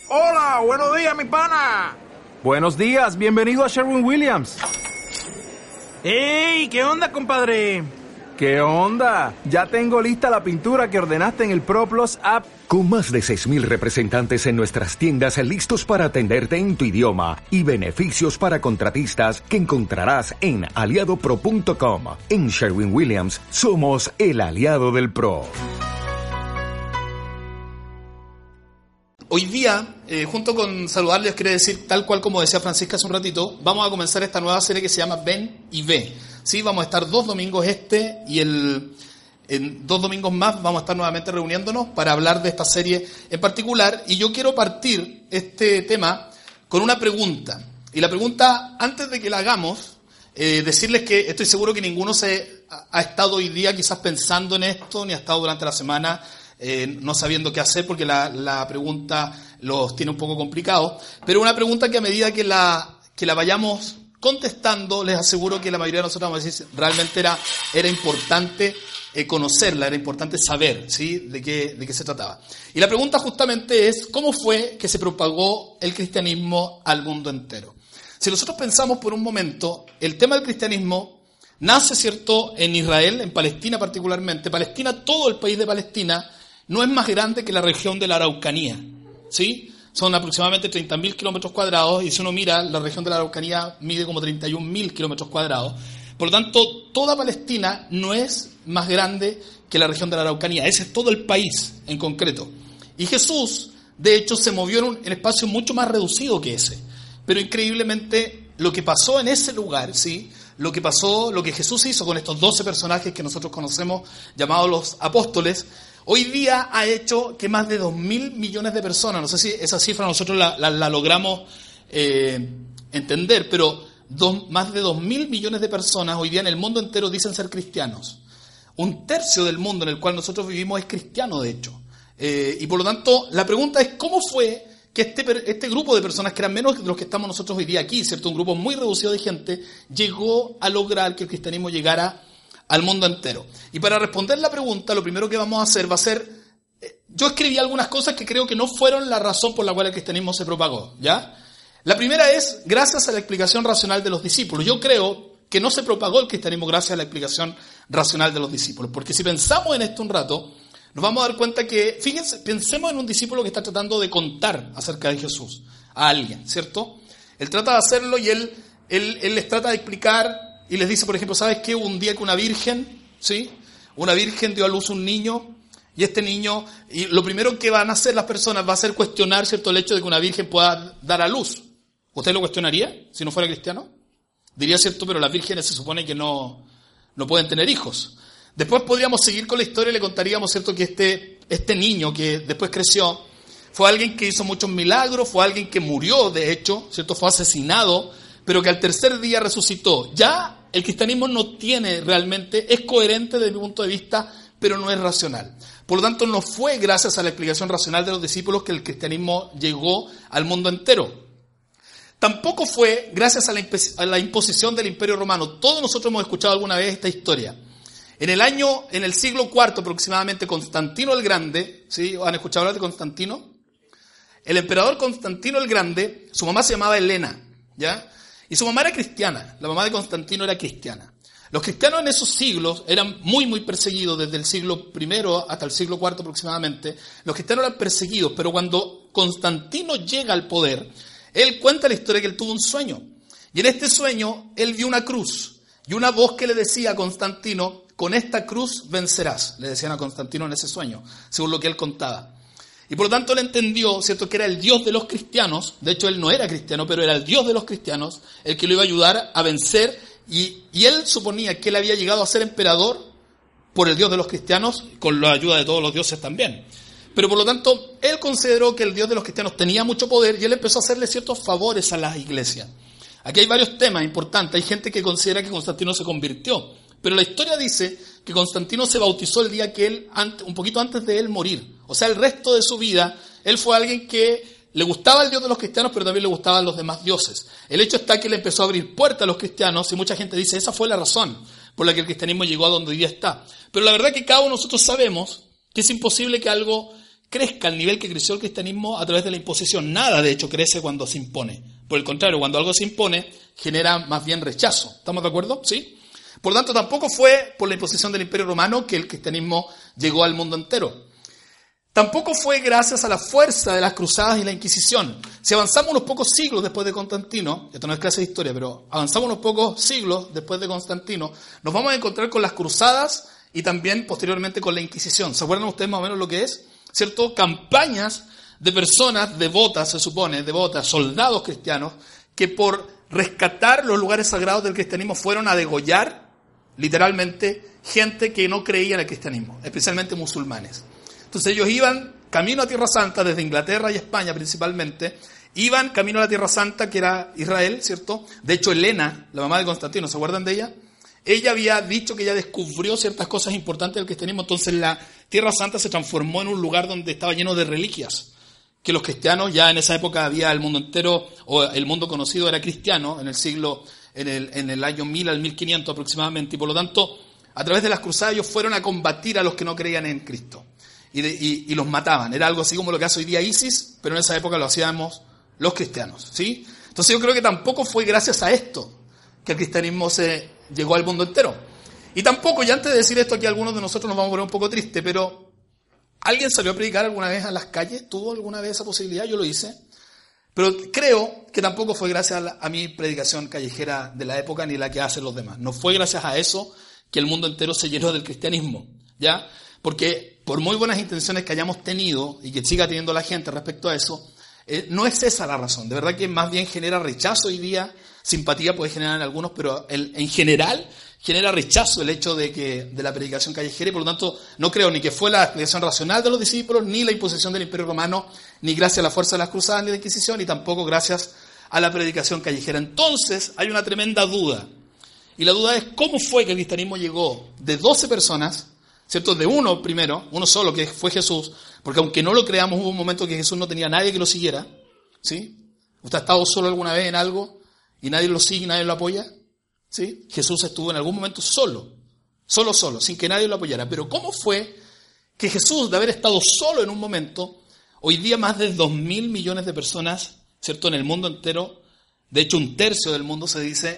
Hola, buenos días, mi pana. Buenos días, bienvenido a Sherwin-Williams. ¡Ey! ¿Qué onda, compadre? ¿Qué onda? Ya tengo lista la pintura que ordenaste en el ProPlus app. Con más de 6,000 representantes en nuestras tiendas listos para atenderte en tu idioma y beneficios para contratistas que encontrarás en aliadopro.com. En Sherwin-Williams somos el aliado del pro. Hoy día, junto con saludarles, quiero decir, tal cual como decía Francisca hace un ratito, vamos a comenzar esta nueva serie que se llama Ven y Ve. ¿Sí? Vamos a estar 2 domingos y en 2 domingos más vamos a estar nuevamente reuniéndonos para hablar de esta serie en particular. Y yo quiero partir este tema con una pregunta. Y la pregunta, antes de que la hagamos, decirles que estoy seguro que ninguno ha estado hoy día quizás pensando en esto, ni ha estado durante la semana no sabiendo qué hacer, porque la pregunta los tiene un poco complicados, pero una pregunta que a medida que la vayamos contestando, les aseguro que la mayoría de nosotros vamos a decir realmente era importante conocerla, era importante saber, ¿sí? de qué se trataba. Y la pregunta justamente es, ¿cómo fue que se propagó el cristianismo al mundo entero? Si nosotros pensamos por un momento, el tema del cristianismo nace, ¿cierto?, en Israel, en Palestina particularmente. Palestina, todo el país de Palestina, no es más grande que la región de la Araucanía, ¿sí? Son aproximadamente 30.000 kilómetros cuadrados, y si uno mira, la región de la Araucanía mide como 31.000 kilómetros cuadrados. Por lo tanto, toda Palestina no es más grande que la región de la Araucanía. Ese es todo el país en concreto. Y Jesús, de hecho, se movió en un espacio mucho más reducido que ese. Pero increíblemente, lo que pasó en ese lugar, ¿sí?, lo que Jesús hizo con estos 12 personajes que nosotros conocemos, llamados los apóstoles, hoy día ha hecho que más de 2.000 millones de personas, no sé si esa cifra nosotros la logramos entender, pero más de 2.000 millones de personas hoy día en el mundo entero dicen ser cristianos. 1/3 del mundo en el cual nosotros vivimos es cristiano, de hecho. Y por lo tanto, la pregunta es, ¿cómo fue que este grupo de personas, que eran menos de los que estamos nosotros hoy día aquí, ¿cierto?, un grupo muy reducido de gente, llegó a lograr que el cristianismo llegara al mundo entero? Y para responder la pregunta, lo primero que vamos a hacer va a ser, yo escribí algunas cosas que creo que no fueron la razón por la cual el cristianismo se propagó, ¿ya? La primera es, gracias a la explicación racional de los discípulos. Yo creo que no se propagó el cristianismo gracias a la explicación racional de los discípulos, porque si pensamos en esto un rato, nos vamos a dar cuenta que, fíjense, pensemos en un discípulo que está tratando de contar acerca de Jesús a alguien, ¿cierto? Él trata de hacerlo y él les trata de explicar y les dice, por ejemplo, ¿sabes qué? Un día que una virgen, ¿sí?, una virgen dio a luz un niño, y este niño, y lo primero que van a hacer las personas va a ser cuestionar, ¿cierto?, el hecho de que una virgen pueda dar a luz. ¿Usted lo cuestionaría si no fuera cristiano? Diría, ¿cierto?, pero las vírgenes se supone que no pueden tener hijos. Después podríamos seguir con la historia y le contaríamos, ¿cierto?, que este niño que después creció fue alguien que hizo muchos milagros, fue alguien que murió, de hecho, ¿cierto?, fue asesinado, pero que al 3er día resucitó. Ya el cristianismo no tiene realmente, es coherente desde mi punto de vista, pero no es racional. Por lo tanto, no fue gracias a la explicación racional de los discípulos que el cristianismo llegó al mundo entero. Tampoco fue gracias a la imposición del Imperio Romano. Todos nosotros hemos escuchado alguna vez esta historia. En el siglo IV aproximadamente, Constantino el Grande, ¿sí? ¿Han escuchado hablar de Constantino? El emperador Constantino el Grande, su mamá se llamaba Helena, ¿ya? Y su mamá era cristiana, la mamá de Constantino era cristiana. Los cristianos en esos siglos eran muy, muy perseguidos, desde el siglo I hasta el siglo IV aproximadamente. Los cristianos eran perseguidos, pero cuando Constantino llega al poder, él cuenta la historia que él tuvo un sueño. Y en este sueño, él vio una cruz y una voz que le decía a Constantino, con esta cruz vencerás, le decían a Constantino en ese sueño, según lo que él contaba. Y por lo tanto él entendió, ¿cierto?, que era el Dios de los cristianos. De hecho, él no era cristiano, pero era el Dios de los cristianos, el que lo iba a ayudar a vencer. Y él suponía que él había llegado a ser emperador por el Dios de los cristianos, con la ayuda de todos los dioses también. Pero por lo tanto, él consideró que el Dios de los cristianos tenía mucho poder y él empezó a hacerle ciertos favores a las iglesias. Aquí hay varios temas importantes. Hay gente que considera que Constantino se convirtió, pero la historia dice que Constantino se bautizó el día que él, un poquito antes de él morir. O sea, el resto de su vida, él fue alguien que le gustaba el Dios de los cristianos, pero también le gustaban los demás dioses. El hecho está que él empezó a abrir puertas a los cristianos y mucha gente dice, esa fue la razón por la que el cristianismo llegó a donde hoy día está. Pero la verdad es que cada uno de nosotros sabemos que es imposible que algo crezca al nivel que creció el cristianismo a través de la imposición. Nada, de hecho, crece cuando se impone. Por el contrario, cuando algo se impone, genera más bien rechazo. ¿Estamos de acuerdo? ¿Sí? Por lo tanto, tampoco fue por la imposición del Imperio Romano que el cristianismo llegó al mundo entero. Tampoco fue gracias a la fuerza de las cruzadas y la Inquisición. Si avanzamos unos pocos siglos después de Constantino, esto no es clase de historia, pero avanzamos unos pocos siglos después de Constantino, nos vamos a encontrar con las cruzadas y también posteriormente con la Inquisición. ¿Se acuerdan ustedes más o menos lo que es? ¿Cierto? Campañas de personas devotas, se supone, devotas, soldados cristianos, que por rescatar los lugares sagrados del cristianismo fueron a degollar, literalmente, gente que no creía en el cristianismo, especialmente musulmanes. Entonces ellos iban camino a Tierra Santa, desde Inglaterra y España principalmente, iban camino a la Tierra Santa, que era Israel, ¿cierto? De hecho, Helena, la mamá de Constantino, ¿se acuerdan de ella? Ella había dicho que ella descubrió ciertas cosas importantes del cristianismo, entonces la Tierra Santa se transformó en un lugar donde estaba lleno de reliquias, que los cristianos, ya en esa época había el mundo entero, o el mundo conocido era cristiano, en el año 1000 al 1500 aproximadamente, y por lo tanto, a través de las cruzadas ellos fueron a combatir a los que no creían en Cristo. Y los mataban. Era algo así como lo que hace hoy día ISIS, pero en esa época lo hacíamos los cristianos, ¿sí? Entonces yo creo que tampoco fue gracias a esto que el cristianismo se llegó al mundo entero. Y tampoco, y antes de decir esto, aquí algunos de nosotros nos vamos a poner un poco tristes, pero ¿alguien salió a predicar alguna vez a las calles? ¿Tuvo alguna vez esa posibilidad? Yo lo hice. Pero creo que tampoco fue gracias a mi predicación callejera de la época ni la que hacen los demás. No fue gracias a eso que el mundo entero se llenó del cristianismo, ¿ya? Porque por muy buenas intenciones que hayamos tenido y que siga teniendo la gente respecto a eso, no es esa la razón. De verdad que más bien genera rechazo hoy día, simpatía puede generar en algunos, pero en general genera rechazo el hecho de la predicación callejera y por lo tanto no creo ni que fue la explicación racional de los discípulos, ni la imposición del Imperio Romano, ni gracias a la fuerza de las cruzadas ni la Inquisición, ni tampoco gracias a la predicación callejera. Entonces hay una tremenda duda. Y la duda es cómo fue que el cristianismo llegó de 12 personas, ¿cierto? De uno primero, uno solo, que fue Jesús, porque aunque no lo creamos, hubo un momento que Jesús no tenía nadie que lo siguiera, ¿sí? ¿Usted ha estado solo alguna vez en algo y nadie lo sigue, nadie lo apoya? ¿Sí? Jesús estuvo en algún momento solo, sin que nadie lo apoyara. Pero ¿cómo fue que Jesús, de haber estado solo en un momento, hoy día más de 2.000 millones de personas, ¿cierto? En el mundo entero, de hecho un tercio del mundo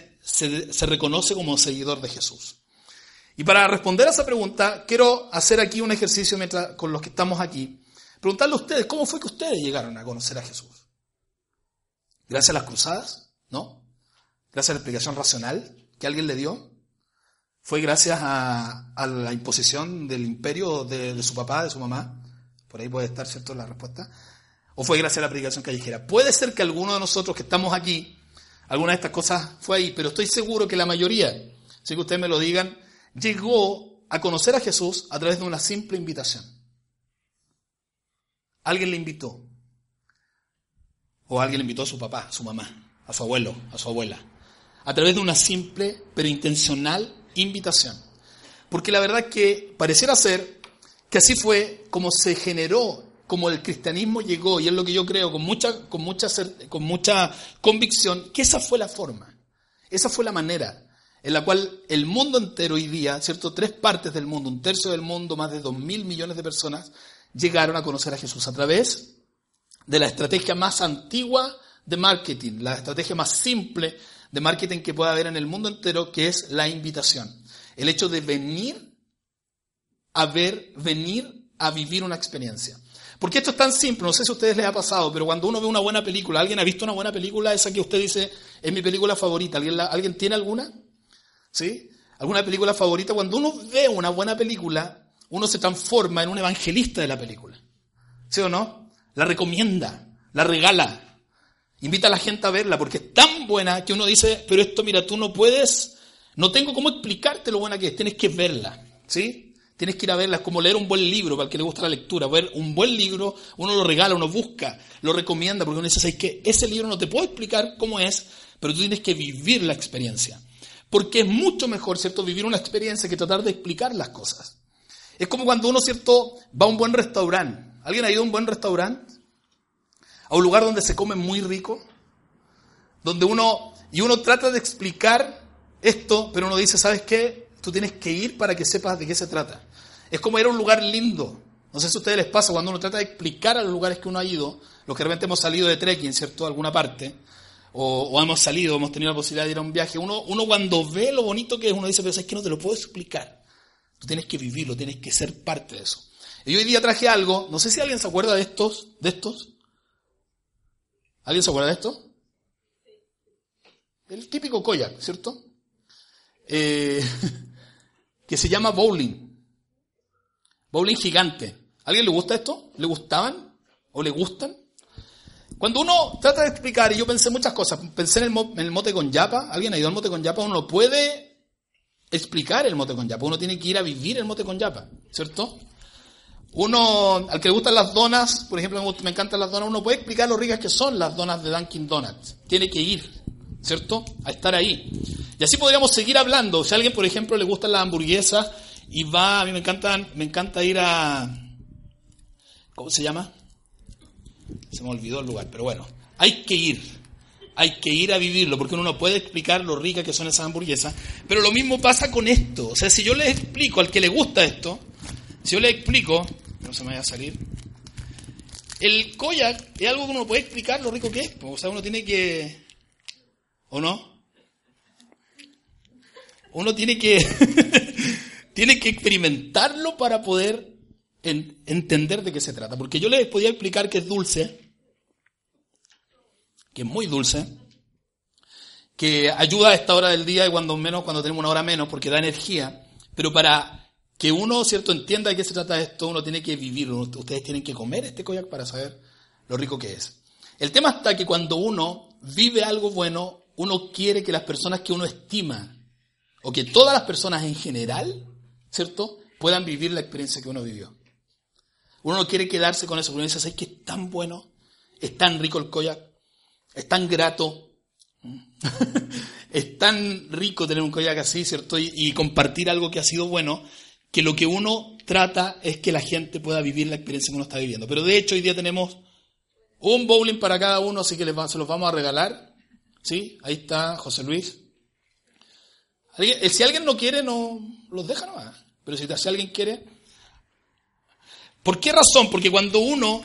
se reconoce como seguidor de Jesús? Y para responder a esa pregunta, quiero hacer aquí un ejercicio con los que estamos aquí. Preguntarle a ustedes, ¿cómo fue que ustedes llegaron a conocer a Jesús? ¿Gracias a las cruzadas? ¿No? ¿Gracias a la explicación racional que alguien le dio? ¿Fue gracias a la imposición del imperio de su papá, de su mamá? Por ahí puede estar, ¿cierto?, la respuesta. ¿O fue gracias a la predicación callejera? Puede ser que alguno de nosotros que estamos aquí, alguna de estas cosas fue ahí, pero estoy seguro que la mayoría, si que ustedes me lo digan, llegó a conocer a Jesús a través de una simple invitación. Alguien le invitó. O alguien le invitó a su papá, a su mamá, a su abuelo, a su abuela. A través de una simple pero intencional invitación. Porque la verdad que pareciera ser que así fue como se generó, como el cristianismo llegó, y es lo que yo creo con mucha convicción, que esa fue la forma, esa fue la manera en la cual el mundo entero hoy día, ¿cierto? 3 partes del mundo, un tercio del mundo, más de 2.000 millones de personas, llegaron a conocer a Jesús a través de la estrategia más antigua de marketing, la estrategia más simple de marketing que pueda haber en el mundo entero, que es la invitación. El hecho de venir a vivir una experiencia. Porque esto es tan simple, no sé si a ustedes les ha pasado, pero cuando uno ve una buena película, ¿alguien ha visto una buena película? Esa que usted dice, es mi película favorita. ¿Alguien tiene alguna? ¿Sí? ¿Alguna película favorita? Cuando uno ve una buena película, uno se transforma en un evangelista de la película. ¿Sí o no? La recomienda, la regala, invita a la gente a verla porque es tan buena que uno dice, pero esto, mira, tú no puedes, no tengo cómo explicarte lo buena que es, tienes que verla, ¿sí? Tienes que ir a verla, es como leer un buen libro, para el que le gusta la lectura. Ver un buen libro, uno lo regala, uno busca, lo recomienda, porque uno dice, ¿sabes qué? Ese libro no te puedo explicar cómo es, pero tú tienes que vivir la experiencia. Porque es mucho mejor, ¿cierto?, vivir una experiencia que tratar de explicar las cosas. Es como cuando uno, ¿cierto?, va a un buen restaurante. ¿Alguien ha ido a un buen restaurante? A un lugar donde se come muy rico, donde uno trata de explicar esto, pero uno dice, ¿sabes qué? Tú tienes que ir para que sepas de qué se trata. Es como ir a un lugar lindo, No sé si a ustedes les pasa cuando uno trata de explicar a los lugares que uno ha ido, los que realmente hemos salido de trekking, ¿cierto?, a alguna parte, o hemos salido, hemos tenido la posibilidad de ir a un viaje, uno cuando ve lo bonito que es, uno dice, pero es que no te lo puedo explicar. Tú tienes que vivirlo, tienes que ser parte de eso. Y hoy día traje algo, no sé si alguien se acuerda de estos. ¿Alguien se acuerda de esto? El típico kayak, ¿cierto? Que se llama bowling. Bowling gigante. ¿A alguien le gusta esto? ¿Le gustaban? ¿O le gustan? Cuando uno trata de explicar, y yo pensé muchas cosas, pensé en el mote con yapa. ¿Alguien ha ido al mote con yapa? Uno no puede explicar el mote con yapa, uno tiene que ir a vivir el mote con yapa, ¿cierto? Uno, al que le gustan las donas, por ejemplo, me encantan las donas, uno puede explicar lo ricas que son las donas de Dunkin' Donuts. Tiene que ir, ¿cierto?, a estar ahí. Y así podríamos seguir hablando. Si a alguien, por ejemplo, le gustan las hamburguesas y va, a mí me encanta ir a... ¿Cómo se llama? Se me olvidó el lugar, pero bueno, hay que ir a vivirlo, porque uno no puede explicar lo ricas que son esas hamburguesas. Pero lo mismo pasa con esto. O sea, si yo les explico al que le gusta esto, si yo les explico, no se me vaya a salir, el kayak es algo que uno puede explicar lo rico que es. O sea, uno tiene que... ¿O no? Uno tiene que tiene que experimentarlo para poder entender de qué se trata. Porque yo les podía explicar que es dulce, que es muy dulce, que ayuda a esta hora del día y cuando tenemos una hora menos, porque da energía. Pero para que uno, ¿cierto?, entienda de qué se trata esto, uno tiene que vivirlo. Ustedes tienen que comer este kayak para saber lo rico que es. El tema está que cuando uno vive algo bueno, uno quiere que las personas que uno estima, o que todas las personas en general, ¿cierto?, puedan vivir la experiencia que uno vivió. Uno no quiere quedarse con eso, porque uno dice, ¿sabes qué? Es tan bueno, es tan rico el kayak, es tan grato, es tan rico tener un kayak así, ¿cierto?, y compartir algo que ha sido bueno, que lo que uno trata es que la gente pueda vivir la experiencia que uno está viviendo. Pero de hecho hoy día tenemos un bowling para cada uno, así que se los vamos a regalar. ¿Sí? Ahí está José Luis. Si alguien no quiere, no los deja nomás. Pero si alguien quiere... ¿Por qué razón? Porque cuando uno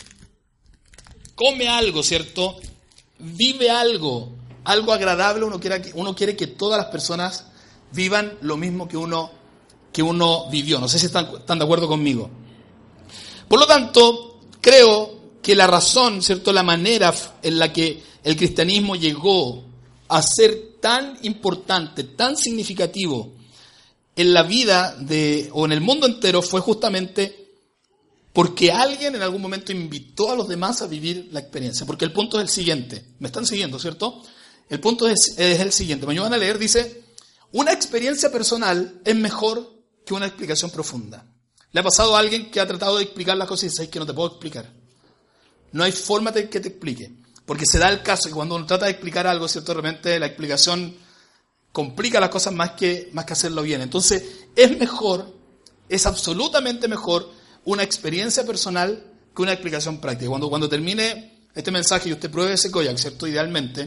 come algo, ¿cierto?, vive algo agradable, uno quiere que todas las personas vivan lo mismo que uno vivió. No sé si están de acuerdo conmigo. Por lo tanto, creo que la razón, ¿cierto?, la manera en la que el cristianismo llegó a ser tan importante, tan significativo en la vida o en el mundo entero fue justamente porque alguien en algún momento invitó a los demás a vivir la experiencia. Porque el punto es el siguiente. ¿Me están siguiendo, cierto? El punto es el siguiente. Me van a leer, dice, una experiencia personal es mejor que una explicación profunda. ¿Le ha pasado a alguien que ha tratado de explicar las cosas y dice, es que no te puedo explicar? No hay forma de que te explique. Porque se da el caso que cuando uno trata de explicar algo, ¿cierto?, de repente la explicación complica las cosas más que hacerlo bien. Entonces, es absolutamente mejor una experiencia personal que una explicación práctica. Cuando termine este mensaje y usted pruebe ese kayak, ¿cierto?, idealmente,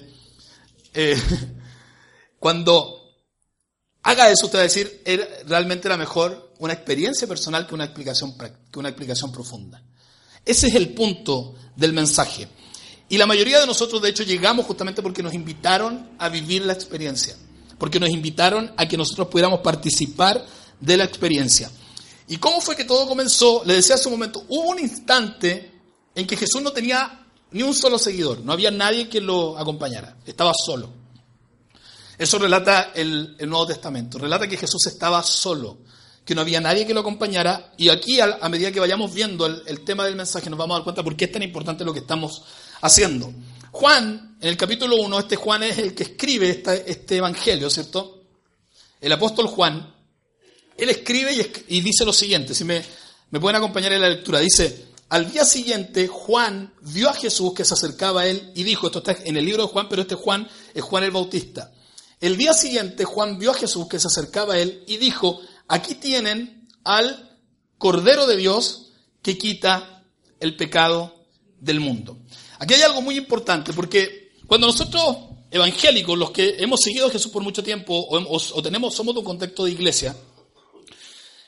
cuando haga eso, usted va a decir, realmente era mejor una experiencia personal que una explicación profunda. Ese es el punto del mensaje. Y la mayoría de nosotros, de hecho, llegamos justamente porque nos invitaron a vivir la experiencia. Porque nos invitaron a que nosotros pudiéramos participar de la experiencia. ¿Y cómo fue que todo comenzó? Le decía hace un momento, hubo un instante en que Jesús no tenía ni un solo seguidor. No había nadie que lo acompañara. Estaba solo. Eso relata el Nuevo Testamento. Relata que Jesús estaba solo, que no había nadie que lo acompañara. Y aquí, a medida que vayamos viendo el tema del mensaje, nos vamos a dar cuenta por qué es tan importante lo que estamos haciendo. Juan, en el capítulo 1, Juan es el que escribe este evangelio, ¿cierto? El apóstol Juan, él escribe y dice lo siguiente, si me pueden acompañar en la lectura, dice, al día siguiente Juan vio a Jesús que se acercaba a él y dijo, esto está en el libro de Juan, pero Juan es Juan el Bautista. El día siguiente Juan vio a Jesús que se acercaba a él y dijo, aquí tienen al Cordero de Dios que quita el pecado del mundo. Aquí hay algo muy importante, porque cuando nosotros, evangélicos, los que hemos seguido a Jesús por mucho tiempo, somos de un contexto de iglesia,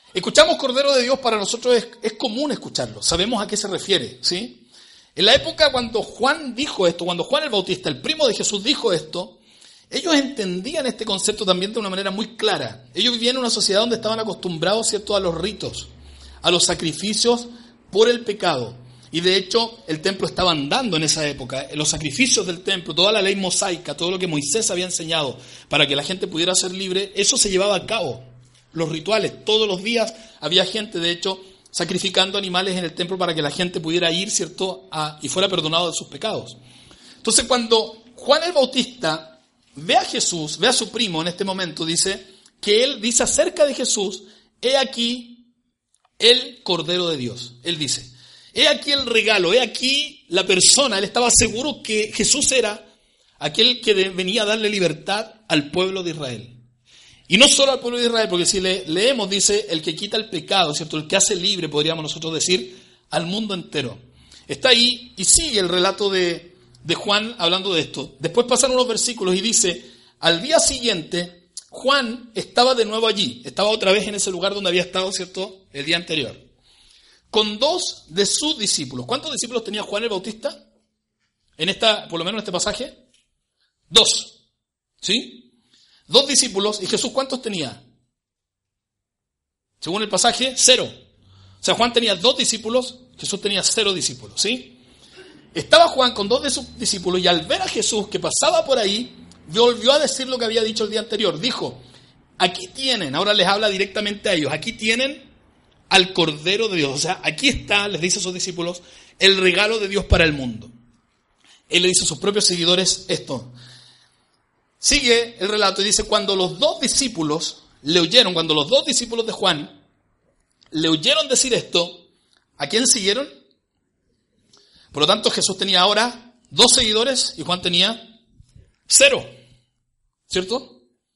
Escuchamos Cordero de Dios, para nosotros es común escucharlo, sabemos a qué se refiere, ¿sí? En la época cuando Juan dijo esto, cuando Juan el Bautista, el primo de Jesús, dijo esto, ellos entendían este concepto también de una manera muy clara. Ellos vivían en una sociedad donde estaban acostumbrados, ¿cierto?, a los ritos, a los sacrificios por el pecado. Y de hecho, el templo estaba andando en esa época. Los sacrificios del templo, toda la ley mosaica, todo lo que Moisés había enseñado para que la gente pudiera ser libre, eso se llevaba a cabo. Los rituales, todos los días había gente, de hecho, sacrificando animales en el templo para que la gente pudiera ir, ¿cierto?, y fuera perdonado de sus pecados. Entonces, cuando Juan el Bautista ve a Jesús, ve a su primo en este momento, dice que él dice acerca de Jesús: he aquí el Cordero de Dios. Él dice, he aquí el regalo, he aquí la persona. Él estaba seguro que Jesús era aquel que venía a darle libertad al pueblo de Israel. Y no solo al pueblo de Israel, porque si leemos, dice, el que quita el pecado, ¿cierto? El que hace libre, podríamos nosotros decir, al mundo entero. Está ahí y sigue el relato de Juan hablando de esto. Después pasan unos versículos y dice, al día siguiente, Juan estaba de nuevo allí. Estaba otra vez en ese lugar donde había estado, ¿cierto?, el día anterior, con 2 de sus discípulos. ¿Cuántos discípulos tenía Juan el Bautista? Por lo menos en este pasaje, 2. ¿Sí? 2 discípulos. ¿Y Jesús cuántos tenía? Según el pasaje, 0. O sea, Juan tenía 2 discípulos, Jesús tenía 0 discípulos, ¿sí? Estaba Juan con 2 de sus discípulos y al ver a Jesús que pasaba por ahí, volvió a decir lo que había dicho el día anterior. Dijo, aquí tienen, ahora les habla directamente a ellos, aquí tienen al Cordero de Dios. O sea, aquí está, les dice a sus discípulos, el regalo de Dios para el mundo. Él le dice a sus propios seguidores esto. Sigue el relato y dice, cuando los 2 discípulos le oyeron, cuando los 2 discípulos de Juan le oyeron decir esto, ¿a quién siguieron? Por lo tanto, Jesús tenía ahora 2 seguidores y Juan tenía 0, ¿cierto?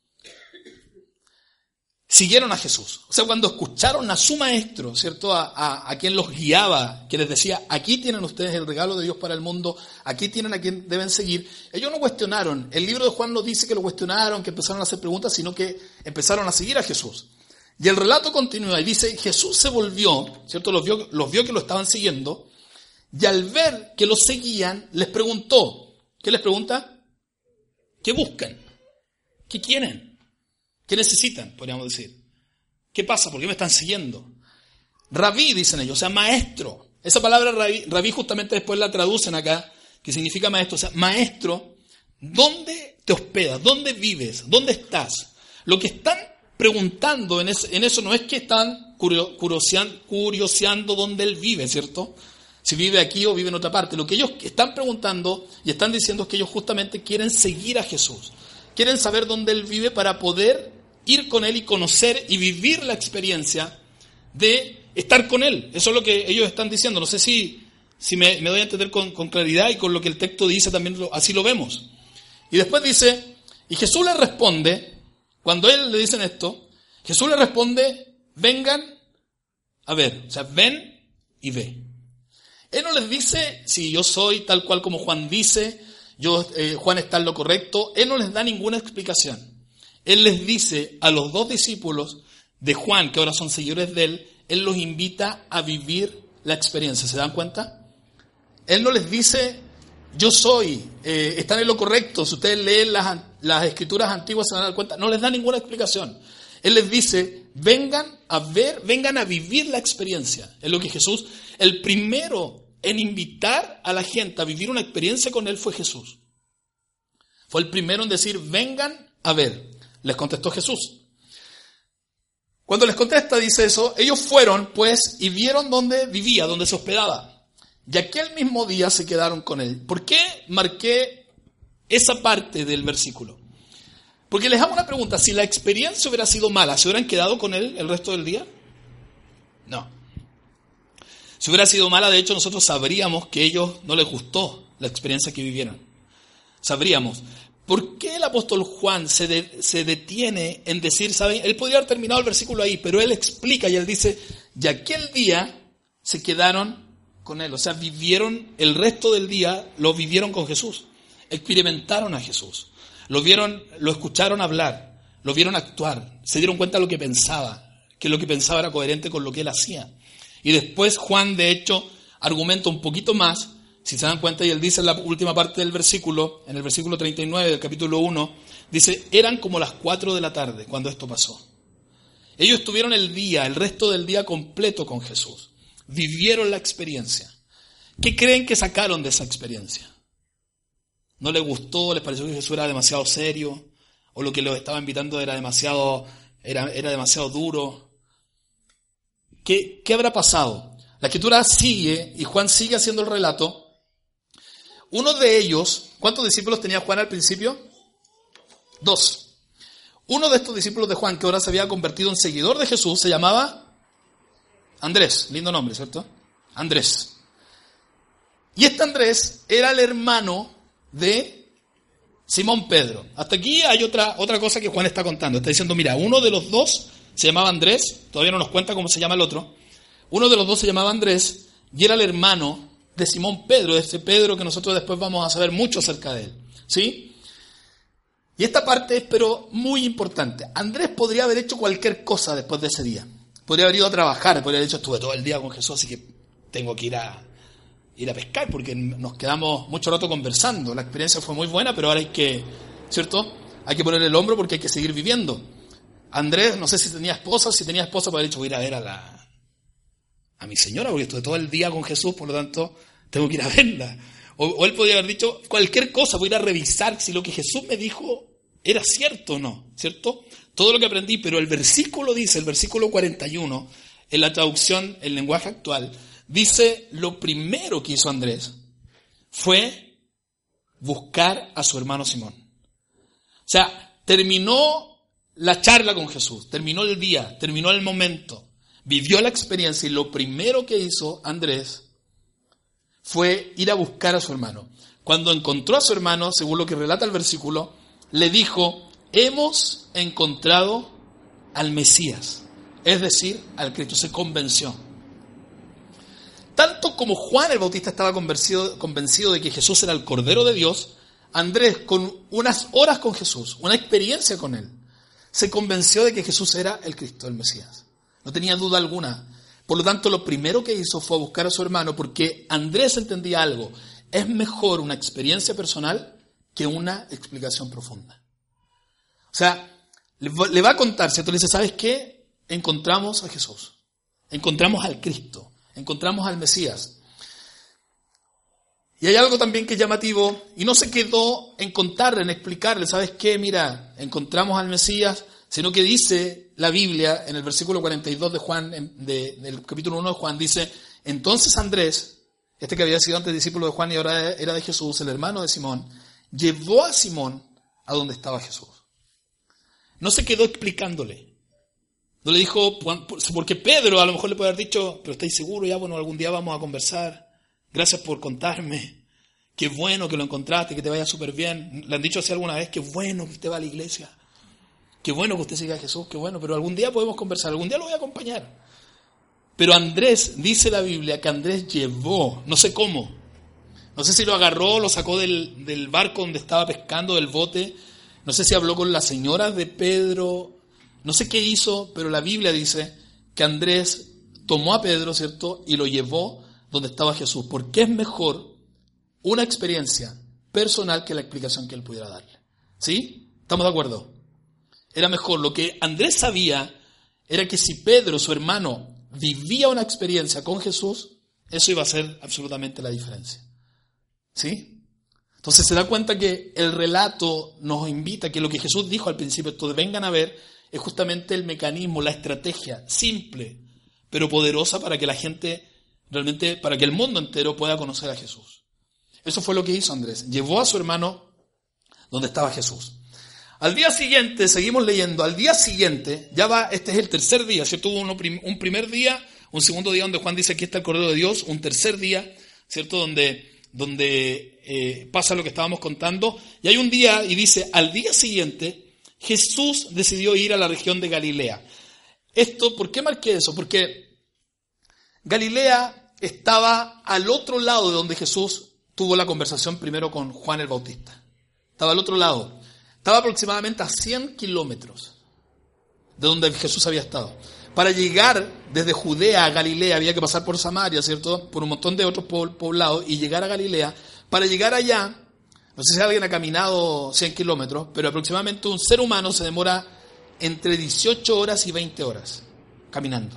Siguieron a Jesús. O sea, cuando escucharon a su maestro, ¿cierto?, a quien los guiaba, que les decía, aquí tienen ustedes el regalo de Dios para el mundo, aquí tienen a quien deben seguir, ellos no cuestionaron. El libro de Juan no dice que lo cuestionaron, que empezaron a hacer preguntas, sino que empezaron a seguir a Jesús. Y el relato continúa y dice, Jesús se volvió, ¿cierto?, los vio que lo estaban siguiendo, y al ver que los seguían, les preguntó. ¿Qué les pregunta? ¿Qué buscan? ¿Qué quieren? ¿Qué necesitan? Podríamos decir. ¿Qué pasa? ¿Por qué me están siguiendo? Rabí, dicen ellos, o sea, maestro. Esa palabra rabí justamente después la traducen acá, que significa maestro. O sea, maestro, ¿dónde te hospedas? ¿Dónde vives? ¿Dónde estás? Lo que están preguntando en eso no es que están curioseando dónde él vive, ¿cierto? Si vive aquí o vive en otra parte. Lo que ellos están preguntando y están diciendo es que ellos justamente quieren seguir a Jesús. Quieren saber dónde él vive para poder ir con él y conocer y vivir la experiencia de estar con él. Eso es lo que ellos están diciendo. No sé si me doy a entender con claridad, y con lo que el texto dice también así lo vemos. Y después dice, y Jesús le responde, cuando él le dicen esto, Jesús le responde, vengan a ver, o sea, ven y ve. Él no les dice, si yo soy tal cual como Juan dice, Juan está en lo correcto. Él no les da ninguna explicación. Él les dice a los 2 discípulos de Juan, que ahora son seguidores de él los invita a vivir la experiencia. ¿Se dan cuenta? Él no les dice, yo soy, están en lo correcto. Si ustedes leen las escrituras antiguas se van a dar cuenta. No les da ninguna explicación. Él les dice, vengan a ver, vengan a vivir la experiencia. Es lo que Jesús, el primero en invitar a la gente a vivir una experiencia con él fue Jesús. Fue el primero en decir, vengan a ver. Les contestó Jesús. Cuando les contesta, dice eso, ellos fueron, pues, y vieron dónde vivía, dónde se hospedaba. Y aquel mismo día se quedaron con él. ¿Por qué marqué esa parte del versículo? Porque les hago una pregunta. Si la experiencia hubiera sido mala, ¿se hubieran quedado con él el resto del día? No. Si hubiera sido mala, de hecho, nosotros sabríamos que a ellos no les gustó la experiencia que vivieron. Sabríamos. ¿Por qué el apóstol Juan se detiene en decir, ¿saben? Él podría haber terminado el versículo ahí, pero él explica y él dice, y aquel día se quedaron con él. O sea, vivieron el resto del día, lo vivieron con Jesús. Experimentaron a Jesús. Lo vieron, lo escucharon hablar, lo vieron actuar, se dieron cuenta de lo que pensaba, que lo que pensaba era coherente con lo que él hacía. Y después Juan, de hecho, argumenta un poquito más, si se dan cuenta, y él dice en la última parte del versículo, en el versículo 39 del capítulo 1, dice, eran como las 4 de la tarde cuando esto pasó. Ellos estuvieron el resto del día completo con Jesús. Vivieron la experiencia. ¿Qué creen que sacaron de esa experiencia? ¿No les gustó? ¿Les pareció que Jesús era demasiado serio? ¿O lo que los estaba invitando era demasiado duro? ¿Qué habrá pasado? La Escritura sigue, y Juan sigue haciendo el relato. Uno de ellos, ¿cuántos discípulos tenía Juan al principio? 2. Uno de estos discípulos de Juan, que ahora se había convertido en seguidor de Jesús, se llamaba Andrés. Lindo nombre, ¿cierto? Andrés. Y este Andrés era el hermano de Simón Pedro. Hasta aquí hay otra cosa que Juan está contando. Está diciendo, mira, uno de los dos se llamaba Andrés, todavía no nos cuenta cómo se llama el otro. Uno de los dos se llamaba Andrés y era el hermano de Simón Pedro, de este Pedro que nosotros después vamos a saber mucho acerca de él. ¿Sí? Y esta parte es pero muy importante. Andrés podría haber hecho cualquier cosa después de ese día. Podría haber ido a trabajar, podría haber dicho, estuve todo el día con Jesús, así que tengo que ir a pescar, porque nos quedamos mucho rato conversando. La experiencia fue muy buena, pero ahora hay que, ¿cierto? Hay que poner el hombro porque hay que seguir viviendo. Andrés, no sé si tenía esposa, podría haber dicho, voy a ir a ver a mi señora, porque estuve todo el día con Jesús, por lo tanto, tengo que ir a verla. O él podría haber dicho cualquier cosa, voy a ir a revisar si lo que Jesús me dijo era cierto o no, ¿cierto? Todo lo que aprendí, pero el versículo dice, el versículo 41, en la traducción, el lenguaje actual, dice, lo primero que hizo Andrés fue buscar a su hermano Simón. O sea, terminó la charla con Jesús, terminó el día, terminó el momento, vivió la experiencia y lo primero que hizo Andrés fue ir a buscar a su hermano. Cuando encontró a su hermano, según lo que relata el versículo, le dijo, hemos encontrado al Mesías, es decir, al Cristo. Se convenció. Tanto como Juan el Bautista estaba convencido de que Jesús era el Cordero de Dios, Andrés, con unas horas con Jesús, una experiencia con él, se convenció de que Jesús era el Cristo, el Mesías. No tenía duda alguna. Por lo tanto, lo primero que hizo fue buscar a su hermano, porque Andrés entendía algo. Es mejor una experiencia personal que una explicación profunda. O sea, le va a contar, ¿cierto? Le dice, ¿sabes qué? Encontramos a Jesús. Encontramos al Cristo. Encontramos al Mesías. Y hay algo también que es llamativo, y no se quedó en contarle, en explicarle, ¿sabes qué? Mira, encontramos al Mesías, sino que dice la Biblia, en el versículo 42 de Juan, del capítulo 1 de Juan, dice, entonces Andrés, este que había sido antes discípulo de Juan y ahora era de Jesús, el hermano de Simón, llevó a Simón a donde estaba Jesús. No se quedó explicándole. No le dijo, porque Pedro a lo mejor le puede haber dicho, pero ¿estáis seguros? Ya, bueno, algún día vamos a conversar. Gracias por contarme. Qué bueno que lo encontraste, que te vaya súper bien. ¿Le han dicho así alguna vez? Qué bueno que usted va a la iglesia. Qué bueno que usted siga a Jesús, qué bueno. Pero algún día podemos conversar, algún día lo voy a acompañar. Pero Andrés, dice la Biblia, que Andrés llevó, no sé cómo. No sé si lo agarró, lo sacó del barco donde estaba pescando, del bote. No sé si habló con la señora de Pedro. No sé qué hizo, pero la Biblia dice que Andrés tomó a Pedro, ¿cierto? Y lo llevó donde estaba Jesús. Porque es mejor una experiencia personal que la explicación que él pudiera darle. ¿Sí? ¿Estamos de acuerdo? Era mejor. Lo que Andrés sabía era que si Pedro, su hermano, vivía una experiencia con Jesús, eso iba a ser absolutamente la diferencia. ¿Sí? Entonces se da cuenta que el relato nos invita, que lo que Jesús dijo al principio, esto de vengan a ver, es justamente el mecanismo, la estrategia simple, pero poderosa para que la gente, realmente, para que el mundo entero pueda conocer a Jesús. Eso fue lo que hizo Andrés. Llevó a su hermano donde estaba Jesús. Al día siguiente, seguimos leyendo, al día siguiente, ya va, este es el tercer día, ¿cierto? Hubo un primer día, un segundo día donde Juan dice aquí está el Cordero de Dios, un tercer día, ¿cierto? Donde pasa lo que estábamos contando. Y hay un día, y dice, al día siguiente, Jesús decidió ir a la región de Galilea. Esto, ¿por qué marqué eso? Porque Galilea estaba al otro lado de donde Jesús tuvo la conversación primero con Juan el Bautista. Estaba al otro lado. Estaba aproximadamente a 100 kilómetros de donde Jesús había estado. Para llegar desde Judea a Galilea había que pasar por Samaria, ¿cierto? Por un montón de otros poblados y llegar a Galilea. Para llegar allá, no sé si alguien ha caminado 100 kilómetros, pero aproximadamente un ser humano se demora entre 18 horas y 20 horas caminando.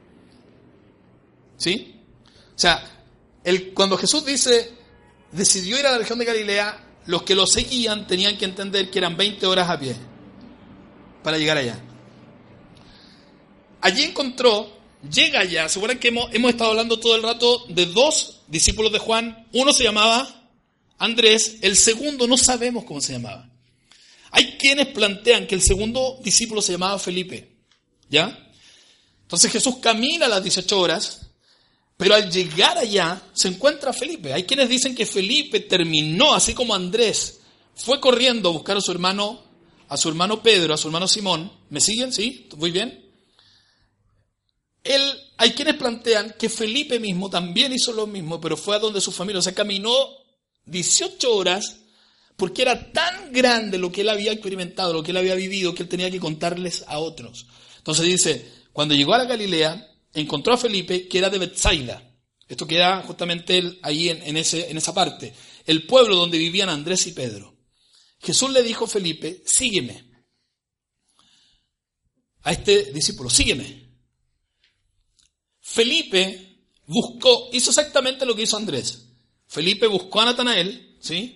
¿Sí? O sea, cuando Jesús decidió ir a la región de Galilea, los que lo seguían tenían que entender que eran 20 horas a pie para llegar allá. Allí llega allá. ¿Se acuerdan que hemos estado hablando todo el rato de dos discípulos de Juan? Uno se llamaba Andrés, el segundo no sabemos cómo se llamaba. Hay quienes plantean que el segundo discípulo se llamaba Felipe, ¿ya? Entonces Jesús camina a las 18 horas, pero al llegar allá se encuentra Felipe. Hay quienes dicen que Felipe terminó, así como Andrés fue corriendo a buscar a su hermano Pedro, a su hermano Simón. ¿Me siguen? ¿Sí? ¿Muy bien? Hay quienes plantean que Felipe mismo también hizo lo mismo, pero fue a donde su familia, o sea, caminó 18 horas, porque era tan grande lo que él había experimentado, lo que él había vivido, que él tenía que contarles a otros. Entonces dice, cuando llegó a la Galilea, encontró a Felipe, que era de Betsaida. Esto queda justamente ahí en esa parte. El pueblo donde vivían Andrés y Pedro. Jesús le dijo a Felipe, sígueme. A este discípulo, sígueme. Felipe hizo exactamente lo que hizo Andrés. Felipe buscó a Natanael, ¿sí?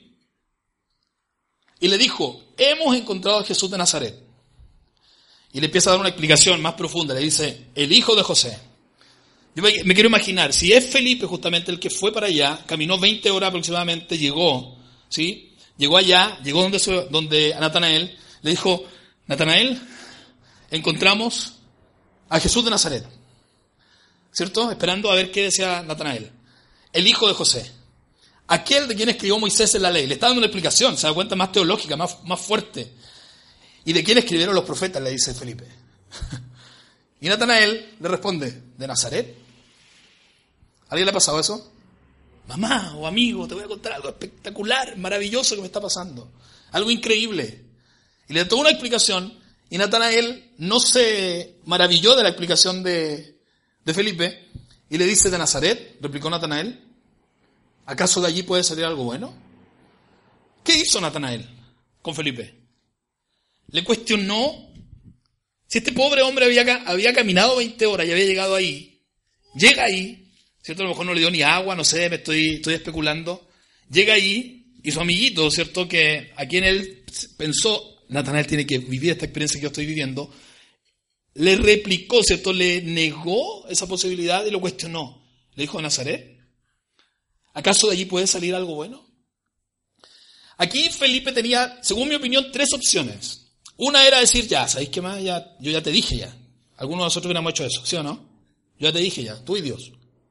Y le dijo, hemos encontrado a Jesús de Nazaret. Y le empieza a dar una explicación más profunda. Le dice, el hijo de José. Yo me quiero imaginar, si es Felipe justamente el que fue para allá, caminó 20 horas aproximadamente, llegó, ¿sí? Llegó allá, llegó donde a Natanael, le dijo, Natanael, encontramos a Jesús de Nazaret. ¿Cierto? Esperando a ver qué decía Natanael. El hijo de José. Aquel de quien escribió Moisés en la ley. Le está dando una explicación, se da cuenta, más teológica, más fuerte. ¿Y de quién escribieron los profetas? Le dice Felipe. Y Natanael le responde, ¿de Nazaret? ¿A alguien le ha pasado eso? Mamá o amigo, te voy a contar algo espectacular, maravilloso que me está pasando. Algo increíble. Y le dio una explicación y Natanael no se maravilló de la explicación de Felipe y le dice, ¿de Nazaret? Replicó Natanael. ¿Acaso de allí puede salir algo bueno? ¿Qué hizo Natanael con Felipe? Le cuestionó si este pobre hombre había caminado 20 horas y había llegado ahí. Llega ahí, ¿cierto? A lo mejor no le dio ni agua, no sé, me estoy especulando. Llega ahí y su amiguito, ¿cierto? Que a quien él pensó, Natanael tiene que vivir esta experiencia que yo estoy viviendo, le replicó, ¿cierto? Le negó esa posibilidad y lo cuestionó. Le dijo, ¿Nazaret? ¿Acaso de allí puede salir algo bueno? Aquí Felipe tenía, según mi opinión, 3 opciones. Una era decir, ya, ¿sabéis qué más? Yo ya te dije ya. Algunos de nosotros hubiéramos hecho eso, ¿sí o no? Yo ya te dije ya, tú y Dios.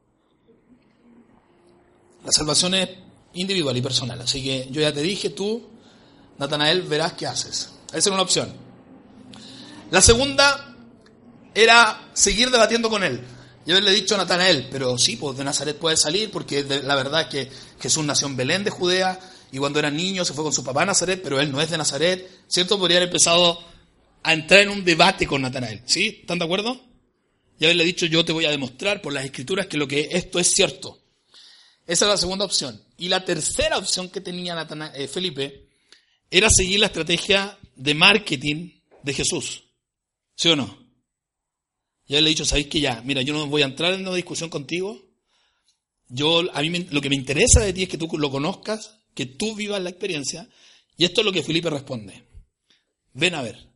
La salvación es individual y personal, así que yo ya te dije, tú, Natanael, verás qué haces. Esa era una opción. La segunda era seguir debatiendo con él. Y haberle dicho a Natanael, pero sí, pues de Nazaret puede salir, porque la verdad es que Jesús nació en Belén de Judea, y cuando era niño se fue con su papá a Nazaret, pero él no es de Nazaret, ¿cierto? Podría haber empezado a entrar en un debate con Natanael, ¿sí? ¿Están de acuerdo? Y haberle dicho, yo te voy a demostrar por las Escrituras que esto es cierto. Esa era la segunda opción. Y la tercera opción que tenía Felipe era seguir la estrategia de marketing de Jesús, ¿sí o no? Ya le he dicho, ¿sabéis que ya? Mira, yo no voy a entrar en una discusión contigo. A mí lo que me interesa de ti es que tú lo conozcas, que tú vivas la experiencia. Y esto es lo que Felipe responde. Ven a ver.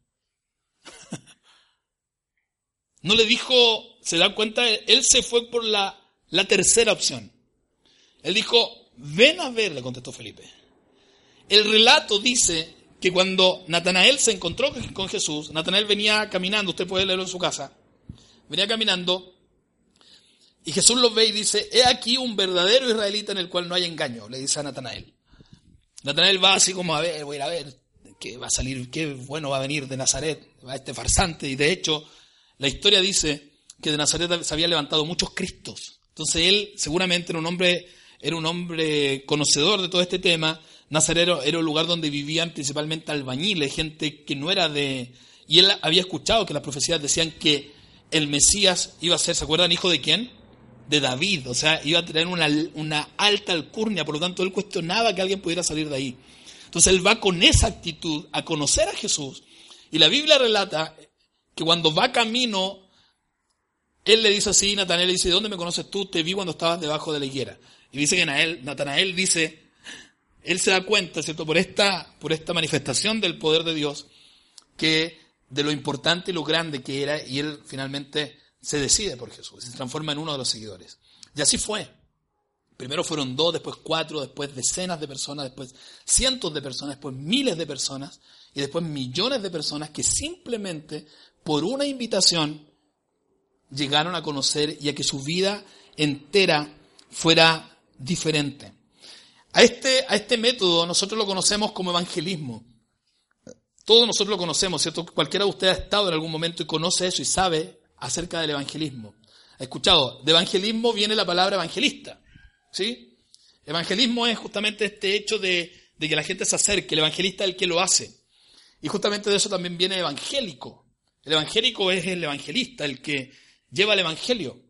No le dijo, se dan cuenta, él se fue por la tercera opción. Él dijo, ven a ver, le contestó Felipe. El relato dice que cuando Natanael se encontró con Jesús, Natanael venía caminando, usted puede leerlo en su casa, venía caminando y Jesús lo ve y dice, he aquí un verdadero israelita en el cual no hay engaño, le dice a Natanael. Natanael va así como, voy a ir a ver qué va a salir, qué bueno va a venir de Nazaret, va este farsante. Y de hecho, la historia dice que de Nazaret se había levantado muchos Cristos. Entonces él seguramente era un hombre conocedor de todo este tema. Nazaret era un lugar donde vivían principalmente albañiles, gente que no era de... Y él había escuchado que las profecías decían que el Mesías iba a ser, ¿se acuerdan? ¿Hijo de quién? De David, o sea, iba a tener una alta alcurnia, por lo tanto él cuestionaba que alguien pudiera salir de ahí. Entonces él va con esa actitud a conocer a Jesús, y la Biblia relata que cuando va camino, él le dice así, Natanael le dice, ¿de dónde me conoces tú? Te vi cuando estabas debajo de la higuera. Y dice que Natanael dice, él se da cuenta, ¿cierto? Por esta manifestación del poder de Dios, que de lo importante y lo grande que era, y él finalmente se decide por Jesús, se transforma en uno de los seguidores. Y así fue. Primero fueron 2, después 4, después decenas de personas, después cientos de personas, después miles de personas, y después millones de personas que simplemente por una invitación llegaron a conocer y a que su vida entera fuera diferente. A este método nosotros lo conocemos como evangelismo. Todos nosotros lo conocemos, ¿cierto? Cualquiera de ustedes ha estado en algún momento y conoce eso y sabe acerca del evangelismo. ¿Ha escuchado? De evangelismo viene la palabra evangelista, ¿sí? Evangelismo es justamente este hecho de que la gente se acerque. El evangelista es el que lo hace. Y justamente de eso también viene evangélico. El evangélico es el evangelista, el que lleva el evangelio.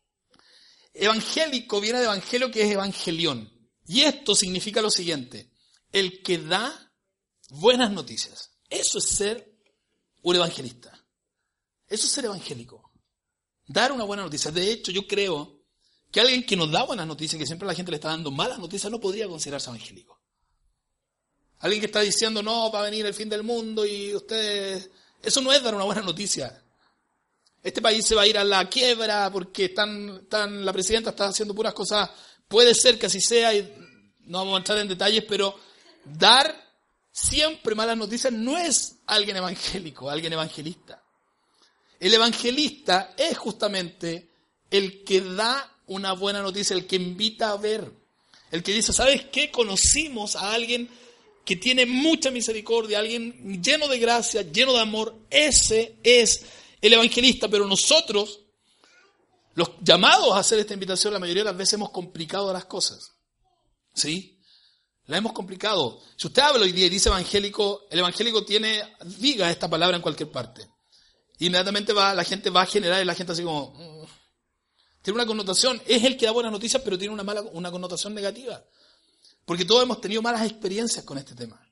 Evangélico viene de evangelio, que es evangelión. Y esto significa lo siguiente: el que da buenas noticias. Eso es ser un evangelista. Eso es ser evangélico. Dar una buena noticia. De hecho, yo creo que alguien que nos da buenas noticias, que siempre la gente le está dando malas noticias, no podría considerarse evangélico. Alguien que está diciendo, no, va a venir el fin del mundo y ustedes... Eso no es dar una buena noticia. Este país se va a ir a la quiebra porque la presidenta está haciendo puras cosas. Puede ser que así sea y no vamos a entrar en detalles, pero dar siempre malas noticias no es alguien evangélico, alguien evangelista. El evangelista es justamente el que da una buena noticia, el que invita a ver, el que dice, ¿sabes qué? Conocimos a alguien que tiene mucha misericordia, alguien lleno de gracia, lleno de amor. Ese es el evangelista, pero nosotros, los llamados a hacer esta invitación, la mayoría de las veces hemos complicado las cosas. ¿Sí? La hemos complicado. Si usted habla hoy día y dice evangélico, el evangélico diga esta palabra en cualquier parte. Inmediatamente la gente va a generar y la gente así como... tiene una connotación, es el que da buenas noticias, pero tiene una connotación negativa. Porque todos hemos tenido malas experiencias con este tema.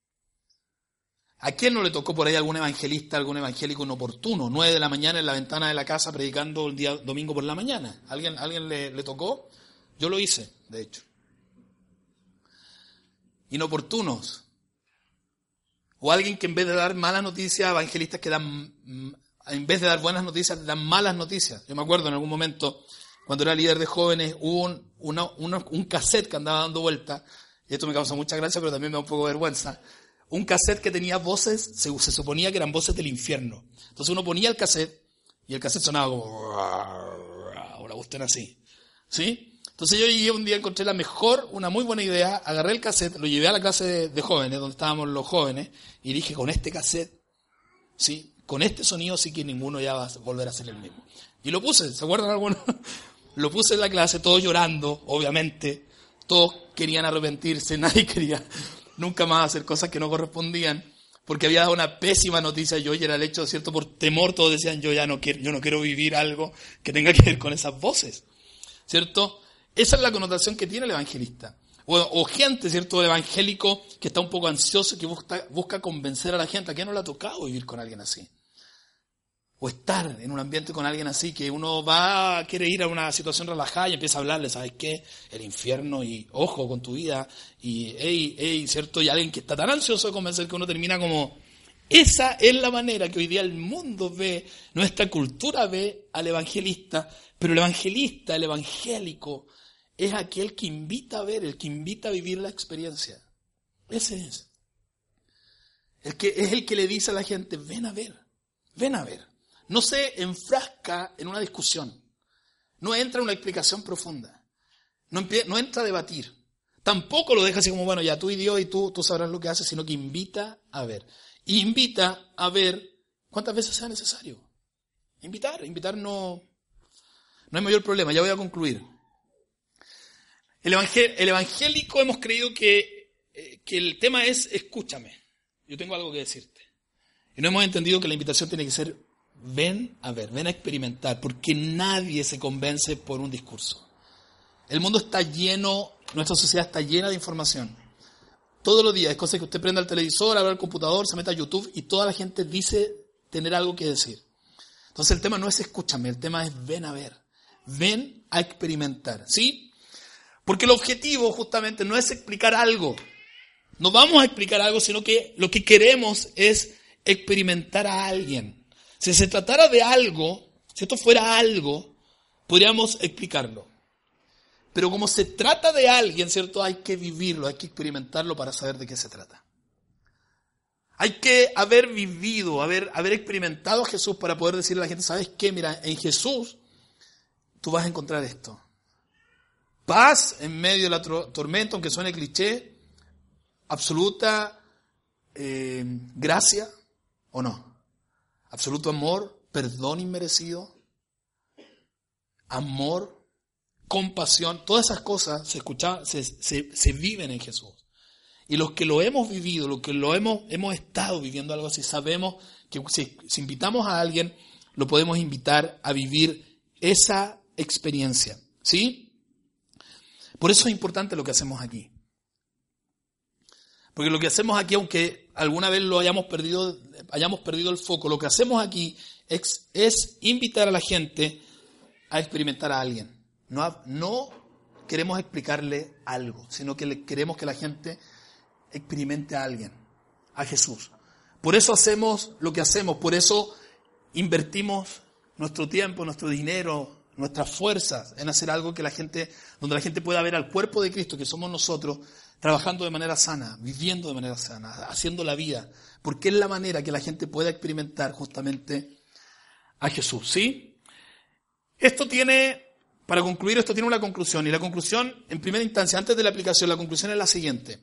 ¿A quién no le tocó por ahí algún evangelista, algún evangélico inoportuno? 9 de la mañana en la ventana de la casa predicando el día domingo por la mañana. ¿Alguien le tocó? Yo lo hice, de hecho. Inoportunos. O alguien que en vez de dar malas noticias, evangelistas que en vez de dar buenas noticias, dan malas noticias. Yo me acuerdo en algún momento, cuando era líder de jóvenes, hubo un cassette que andaba dando vuelta, y esto me causa mucha gracia, pero también me da un poco de vergüenza. Un cassette que tenía voces, se suponía que eran voces del infierno. Entonces uno ponía el cassette, y el cassette sonaba como... una cuestión así. ¿Sí? Entonces yo llegué un día, encontré una muy buena idea, agarré el cassette, lo llevé a la clase de jóvenes, donde estábamos los jóvenes, y dije, con este cassette, ¿sí? Con este sonido sí que ninguno ya va a volver a ser el mismo. Y lo puse, ¿se acuerdan algunos? Lo puse en la clase, todos llorando, obviamente, todos querían arrepentirse, nadie quería nunca más hacer cosas que no correspondían, porque había dado una pésima noticia yo, y era el hecho, ¿cierto? Por temor todos decían, yo no quiero vivir algo que tenga que ver con esas voces, ¿cierto? Esa es la connotación que tiene el evangelista. O gente, ¿cierto? El evangélico que está un poco ansioso, que busca convencer a la gente. ¿A quién no le ha tocado vivir con alguien así? O estar en un ambiente con alguien así, que uno quiere ir a una situación relajada y empieza a hablarle, ¿sabes qué? El infierno y ojo con tu vida y ¿cierto? Y alguien que está tan ansioso de convencer que uno termina como... Esa es la manera que hoy día el mundo ve, nuestra cultura ve al evangelista, pero el evangelista, el evangélico, es aquel que invita a ver, el que invita a vivir la experiencia. Ese es. Es el que le dice a la gente, ven a ver, ven a ver. No se enfrasca en una discusión, no entra en una explicación profunda, no entra a debatir. Tampoco lo deja así como, bueno, ya tú y Dios y tú sabrás lo que haces, sino que invita a ver. Y invita a ver cuántas veces sea necesario. Invitar no hay mayor problema, ya voy a concluir. El evangélico hemos creído que el tema es escúchame, yo tengo algo que decirte. Y no hemos entendido que la invitación tiene que ser ven a ver, ven a experimentar, porque nadie se convence por un discurso. El mundo está lleno, nuestra sociedad está llena de información. Todos los días, es cosa que usted prenda el televisor, abra el computador, se meta a YouTube y toda la gente dice tener algo que decir. Entonces el tema no es escúchame, el tema es ven a ver, ven a experimentar, ¿sí? Porque el objetivo justamente no es explicar algo, no vamos a explicar algo, sino que lo que queremos es experimentar a alguien. Si se tratara de algo, si esto fuera algo, podríamos explicarlo. Pero como se trata de alguien, ¿cierto? Hay que vivirlo, hay que experimentarlo para saber de qué se trata. Hay que haber vivido, haber experimentado a Jesús para poder decirle a la gente, ¿sabes qué? Mira, en Jesús tú vas a encontrar esto. Paz en medio de la tormenta, aunque suene cliché, absoluta gracia o no. Absoluto amor, perdón inmerecido, amor, compasión, todas esas cosas se viven en Jesús. Y los que lo hemos vivido, los que lo hemos estado viviendo algo así, sabemos que si invitamos a alguien, lo podemos invitar a vivir esa experiencia, ¿sí? Por eso es importante lo que hacemos aquí. Porque lo que hacemos aquí, aunque alguna vez hayamos perdido el foco, lo que hacemos aquí es invitar a la gente a experimentar a alguien. No queremos explicarle algo, sino que queremos que la gente experimente a alguien, a Jesús. Por eso hacemos lo que hacemos, por eso invertimos nuestro tiempo, nuestro dinero, nuestras fuerzas en hacer algo que donde la gente pueda ver al cuerpo de Cristo, que somos nosotros, trabajando de manera sana, viviendo de manera sana, haciendo la vida, porque es la manera que la gente pueda experimentar justamente a Jesús, ¿sí? Para concluir, esto tiene una conclusión, y la conclusión, en primera instancia, antes de la aplicación, la conclusión es la siguiente.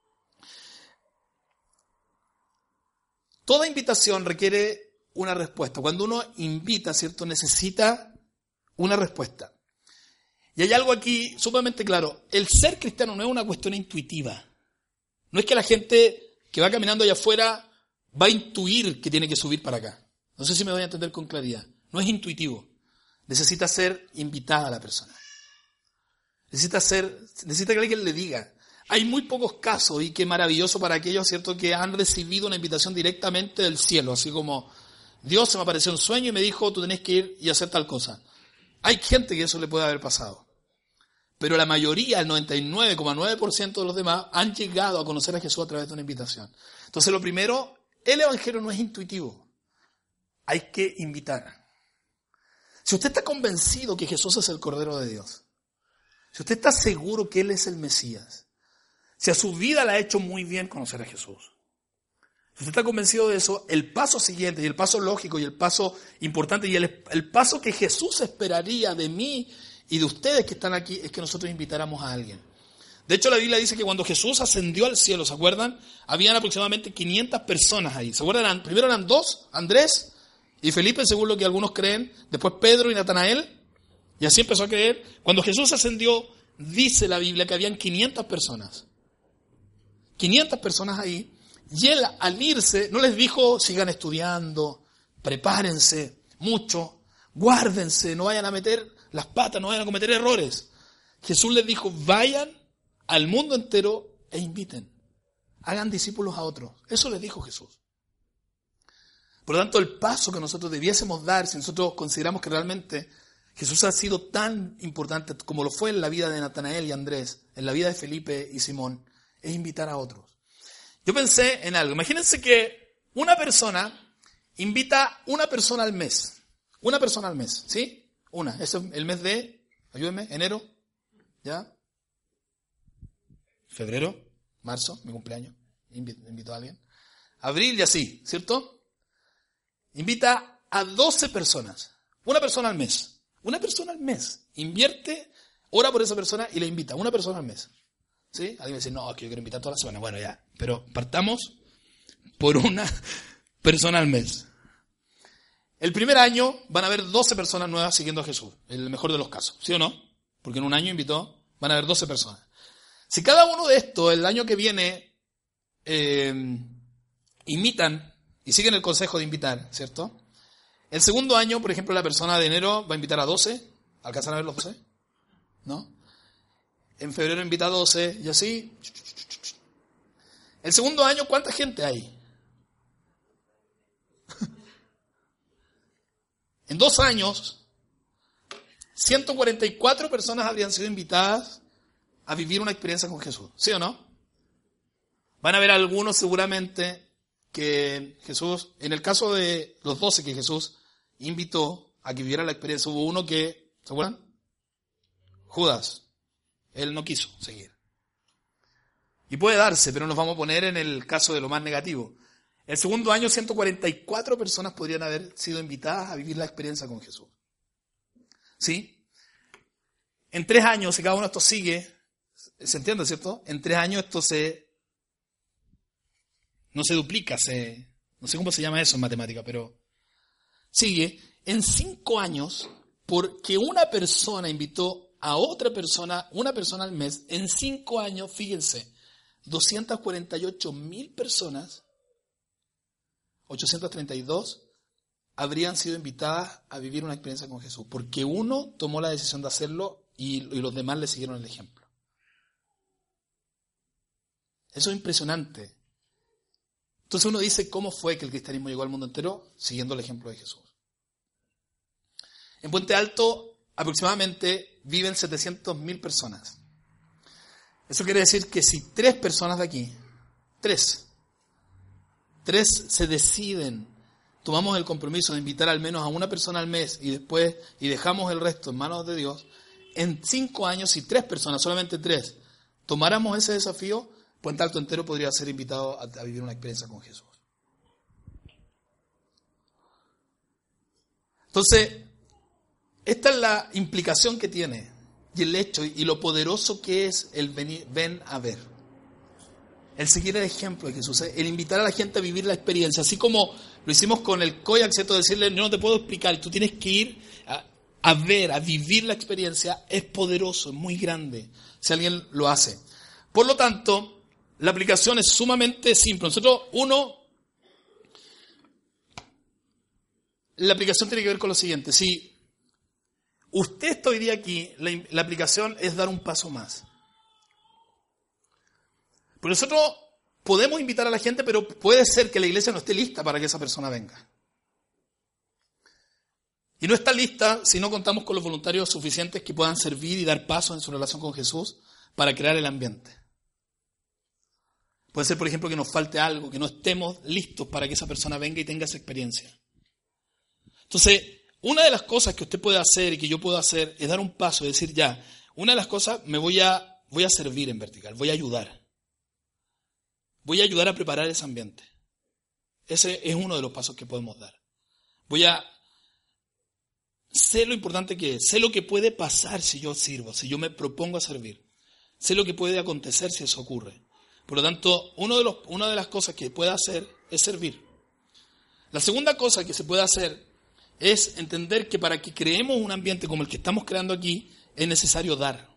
Toda invitación requiere una respuesta. Cuando uno invita, ¿cierto?, necesita una respuesta. Y hay algo aquí sumamente claro. El ser cristiano no es una cuestión intuitiva. No es que la gente que va caminando allá afuera va a intuir que tiene que subir para acá. No sé si me voy a entender con claridad. No es intuitivo. Necesita ser invitada a la persona. Necesita que alguien le diga. Hay muy pocos casos, y qué maravilloso para aquellos, ¿cierto?, que han recibido una invitación directamente del cielo, así como Dios se me apareció en un sueño y me dijo, tú tenés que ir y hacer tal cosa. Hay gente que eso le puede haber pasado. Pero la mayoría, el 99,9% de los demás, han llegado a conocer a Jesús a través de una invitación. Entonces, lo primero, el Evangelio no es intuitivo. Hay que invitar. Si usted está convencido que Jesús es el Cordero de Dios, si usted está seguro que Él es el Mesías, si a su vida le ha hecho muy bien conocer a Jesús, si usted está convencido de eso, el paso siguiente, y el paso lógico, y el paso importante, y el paso que Jesús esperaría de mí y de ustedes que están aquí, es que nosotros invitáramos a alguien. De hecho, la Biblia dice que cuando Jesús ascendió al cielo, ¿se acuerdan? Habían aproximadamente 500 personas ahí. ¿Se acuerdan? Primero eran dos, Andrés y Felipe, según lo que algunos creen. Después Pedro y Natanael. Y así empezó a creer. Cuando Jesús ascendió, dice la Biblia que habían 500 personas. 500 personas ahí. Y Él, al irse, no les dijo, sigan estudiando, prepárense mucho, guárdense, no vayan a meter las patas, no vayan a cometer errores. Jesús les dijo, vayan al mundo entero e inviten. Hagan discípulos a otros. Eso les dijo Jesús. Por lo tanto, el paso que nosotros debiésemos dar, si nosotros consideramos que realmente Jesús ha sido tan importante como lo fue en la vida de Natanael y Andrés, en la vida de Felipe y Simón, es invitar a otros. Yo pensé en algo. Imagínense que una persona invita una persona al mes. Una persona al mes, ¿sí? Una. Eso es el mes de, ayúdenme, enero, ¿ya? Febrero, marzo, mi cumpleaños. Invito a alguien. Abril y así, ¿cierto? Invita a 12 personas. Una persona al mes. Una persona al mes. Invierte, ora por esa persona y le invita. Una persona al mes. ¿Sí? Alguien me dice, no, es que yo quiero invitar toda la semana. Bueno, ya. Pero partamos por una persona al mes. El primer año van a haber 12 personas nuevas siguiendo a Jesús. En el mejor de los casos. ¿Sí o no? Porque en un año invitó, van a haber 12 personas. Si cada uno de estos, el año que viene, imitan y siguen el consejo de invitar, ¿cierto? El segundo año, por ejemplo, la persona de enero va a invitar a 12. ¿Alcanzan a ver los 12? ¿No? En febrero invita a 12 y así. El segundo año, ¿cuánta gente hay? En 2 años, 144 personas habrían sido invitadas a vivir una experiencia con Jesús. ¿Sí o no? Van a haber algunos seguramente que Jesús, en el caso de los 12 que Jesús invitó a que vivieran la experiencia, hubo uno que, ¿se acuerdan? Judas. Él no quiso seguir. Y puede darse, pero nos vamos a poner en el caso de lo más negativo. El segundo año, 144 personas podrían haber sido invitadas a vivir la experiencia con Jesús. ¿Sí? En 3 años, si cada uno de estos sigue, ¿se entiende, cierto? En 3 años esto no se duplica, no sé cómo se llama eso en matemática, pero sigue. En 5 años, porque una persona invitó a otra persona, una persona al mes, en 5 años, fíjense, 248,000 personas, 832, habrían sido invitadas a vivir una experiencia con Jesús, porque uno tomó la decisión de hacerlo y los demás le siguieron el ejemplo. Eso es impresionante. Entonces uno dice, ¿cómo fue que el cristianismo llegó al mundo entero? Siguiendo el ejemplo de Jesús. En Puente Alto aproximadamente viven 700,000 personas. Eso quiere decir que si 3 personas de aquí, 3 se deciden, tomamos el compromiso de invitar al menos a una persona al mes y dejamos el resto en manos de Dios, en 5 años, si 3 personas, solamente 3, tomáramos ese desafío, Puente Alto entero podría ser invitado a vivir una experiencia con Jesús. Entonces, esta es la implicación que tiene y el hecho y lo poderoso que es el ven a ver. El seguir el ejemplo de Jesús, el invitar a la gente a vivir la experiencia, así como lo hicimos con el Koyak, ¿cierto? Decirle, no te puedo explicar, tú tienes que ir a ver, a vivir la experiencia, es poderoso, es muy grande, si alguien lo hace. Por lo tanto, la aplicación es sumamente simple. La aplicación tiene que ver con lo siguiente. Si usted está hoy día aquí, la aplicación es dar un paso más. Porque nosotros podemos invitar a la gente, pero puede ser que la iglesia no esté lista para que esa persona venga. Y no está lista si no contamos con los voluntarios suficientes que puedan servir y dar paso en su relación con Jesús para crear el ambiente. Puede ser, por ejemplo, que nos falte algo, que no estemos listos para que esa persona venga y tenga esa experiencia. Entonces, una de las cosas que usted puede hacer y que yo puedo hacer es dar un paso y decir, ya, una de las cosas, voy a servir en vertical, voy a ayudar. Voy a ayudar a preparar ese ambiente. Ese es uno de los pasos que podemos dar. Sé lo importante que es, sé lo que puede pasar si yo sirvo, si yo me propongo a servir. Sé lo que puede acontecer si eso ocurre. Por lo tanto, una de las cosas que puede hacer es servir. La segunda cosa que se puede hacer es entender que para que creemos un ambiente como el que estamos creando aquí, es necesario dar.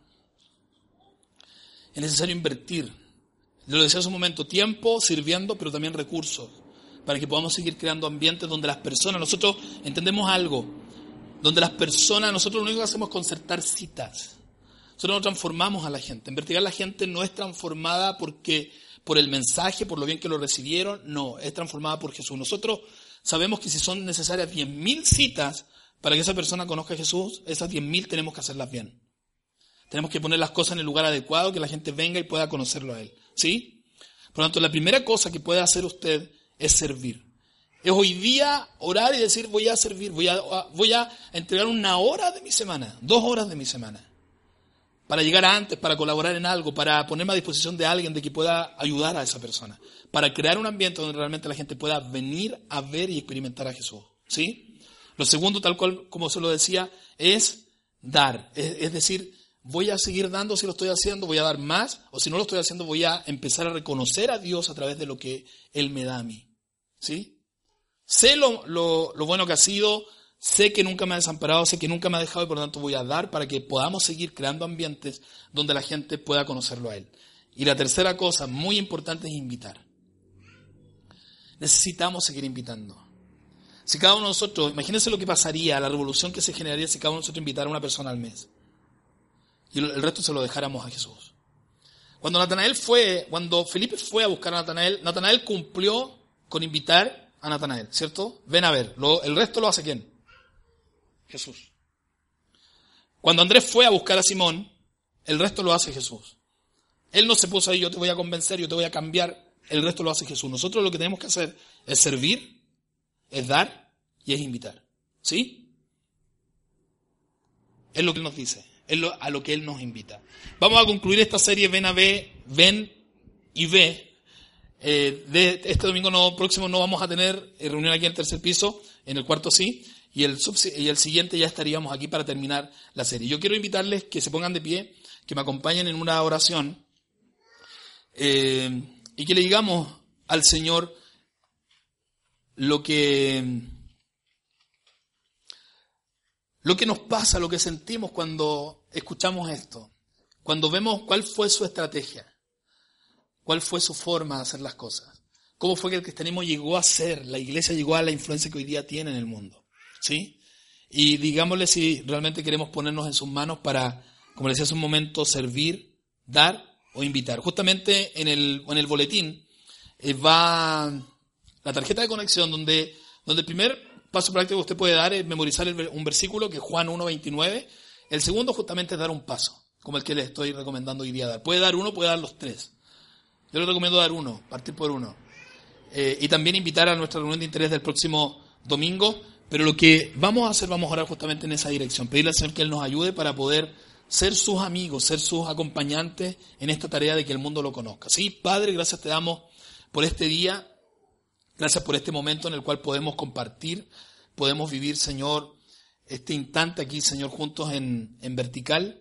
Es necesario invertir. Lo decía hace un momento, tiempo sirviendo, pero también recursos, para que podamos seguir creando ambientes donde las personas, nosotros entendemos algo, donde las personas, nosotros lo único que hacemos es concertar citas. Nosotros no transformamos a la gente. En vertical la gente no es transformada por el mensaje, por lo bien que lo recibieron. No, es transformada por Jesús. Nosotros sabemos que si son necesarias 10,000 citas para que esa persona conozca a Jesús, esas 10,000 tenemos que hacerlas bien. Tenemos que poner las cosas en el lugar adecuado, que la gente venga y pueda conocerlo a Él. ¿Sí? Por lo tanto, la primera cosa que puede hacer usted es servir. Es hoy día orar y decir, voy a servir, voy a entregar 1 hora de mi semana, 2 horas de mi semana. Para llegar antes, para colaborar en algo, para ponerme a disposición de alguien de que pueda ayudar a esa persona. Para crear un ambiente donde realmente la gente pueda venir a ver y experimentar a Jesús. ¿Sí? Lo segundo, tal cual como se lo decía, es dar. Es decir, voy a seguir dando si lo estoy haciendo, voy a dar más, o si no lo estoy haciendo, voy a empezar a reconocer a Dios a través de lo que Él me da a mí. ¿Sí? Sé lo bueno que ha sido. Sé que nunca me ha desamparado, sé que nunca me ha dejado y por lo tanto voy a dar para que podamos seguir creando ambientes donde la gente pueda conocerlo a Él. Y la tercera cosa muy importante es invitar. Necesitamos seguir invitando. si cada uno de nosotros, imagínense lo que pasaría, la revolución que se generaría si cada uno de nosotros invitara a una persona al mes. Y el resto se lo dejáramos a Jesús. Cuando Felipe fue a buscar a Natanael, Natanael cumplió con invitar a Natanael, ¿cierto? Ven a ver. El resto lo hace ¿quién? Jesús. Cuando Andrés fue a buscar a Simón, el resto lo hace Jesús. Él no se puso ahí, yo te voy a convencer, yo te voy a cambiar, el resto lo hace Jesús. Nosotros lo que tenemos que hacer es servir, es dar y es invitar. ¿Sí? Es lo que Él nos dice, a lo que Él nos invita. Vamos a concluir esta serie Ven y Ve. De este domingo próximo no vamos a tener reunión aquí en el tercer piso, en el cuarto sí, y el siguiente ya estaríamos aquí para terminar la serie. Yo quiero invitarles que se pongan de pie, que me acompañen en una oración y que le digamos al Señor lo que nos pasa, lo que sentimos cuando escuchamos esto, cuando vemos cuál fue su estrategia, cuál fue su forma de hacer las cosas, cómo fue que el cristianismo llegó a ser, la iglesia llegó a la influencia que hoy día tiene en el mundo, ¿sí? Y digámosle si realmente queremos ponernos en sus manos para, como les decía hace un momento, servir, dar o invitar. Justamente en el boletín va la tarjeta de conexión donde el primer paso práctico que usted puede dar es memorizar un versículo que es Juan 1:29. El segundo justamente es dar un paso, como el que les estoy recomendando hoy día dar. Puede dar uno, puede dar los tres. Yo les recomiendo dar uno, partir por uno. Y también invitar a nuestra reunión de interés del próximo domingo. Pero lo que vamos a hacer, vamos a orar justamente en esa dirección. Pedirle al Señor que Él nos ayude para poder ser sus amigos, ser sus acompañantes en esta tarea de que el mundo lo conozca. Sí, Padre, gracias te damos por este día. Gracias por este momento en el cual podemos compartir, podemos vivir, Señor, este instante aquí, Señor, juntos en vertical.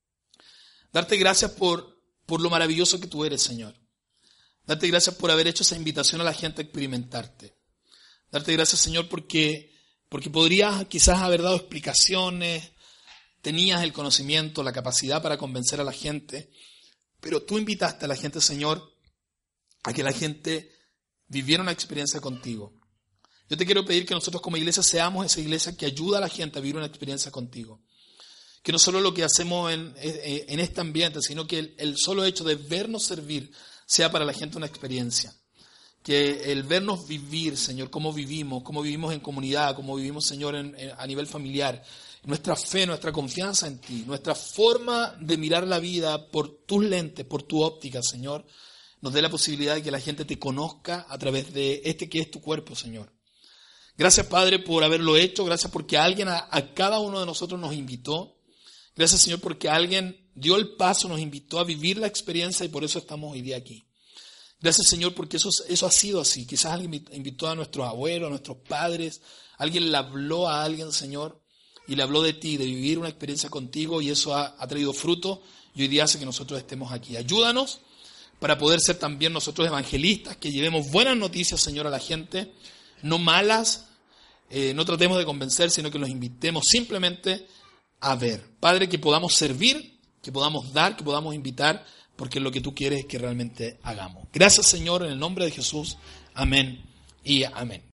Darte gracias por lo maravilloso que tú eres, Señor. Darte gracias por haber hecho esa invitación a la gente a experimentarte. Darte gracias, Señor, porque podrías quizás haber dado explicaciones, tenías el conocimiento, la capacidad para convencer a la gente, pero tú invitaste a la gente, Señor, a que la gente viviera una experiencia contigo. Yo te quiero pedir que nosotros como iglesia seamos esa iglesia que ayuda a la gente a vivir una experiencia contigo. Que no solo lo que hacemos en este ambiente, sino que el solo hecho de vernos servir sea para la gente una experiencia. Que el vernos vivir, Señor, cómo vivimos en comunidad, cómo vivimos, Señor, a nivel familiar, nuestra fe, nuestra confianza en ti, nuestra forma de mirar la vida por tus lentes, por tu óptica, Señor, nos dé la posibilidad de que la gente te conozca a través de este que es tu cuerpo, Señor. Gracias, Padre, por haberlo hecho. Gracias porque alguien a cada uno de nosotros nos invitó. Gracias, Señor, porque alguien dio el paso, nos invitó a vivir la experiencia y por eso estamos hoy día aquí. Gracias, Señor, porque eso ha sido así. Quizás alguien invitó a nuestros abuelos, a nuestros padres. Alguien le habló a alguien, Señor, y le habló de ti, de vivir una experiencia contigo, y eso ha traído fruto y hoy día hace que nosotros estemos aquí. Ayúdanos para poder ser también nosotros evangelistas, que llevemos buenas noticias, Señor, a la gente, no malas, no tratemos de convencer, sino que los invitemos simplemente a ver. Padre, que podamos servir, que podamos dar, que podamos invitar, porque lo que tú quieres es que realmente hagamos. Gracias, Señor, en el nombre de Jesús. Amén y amén.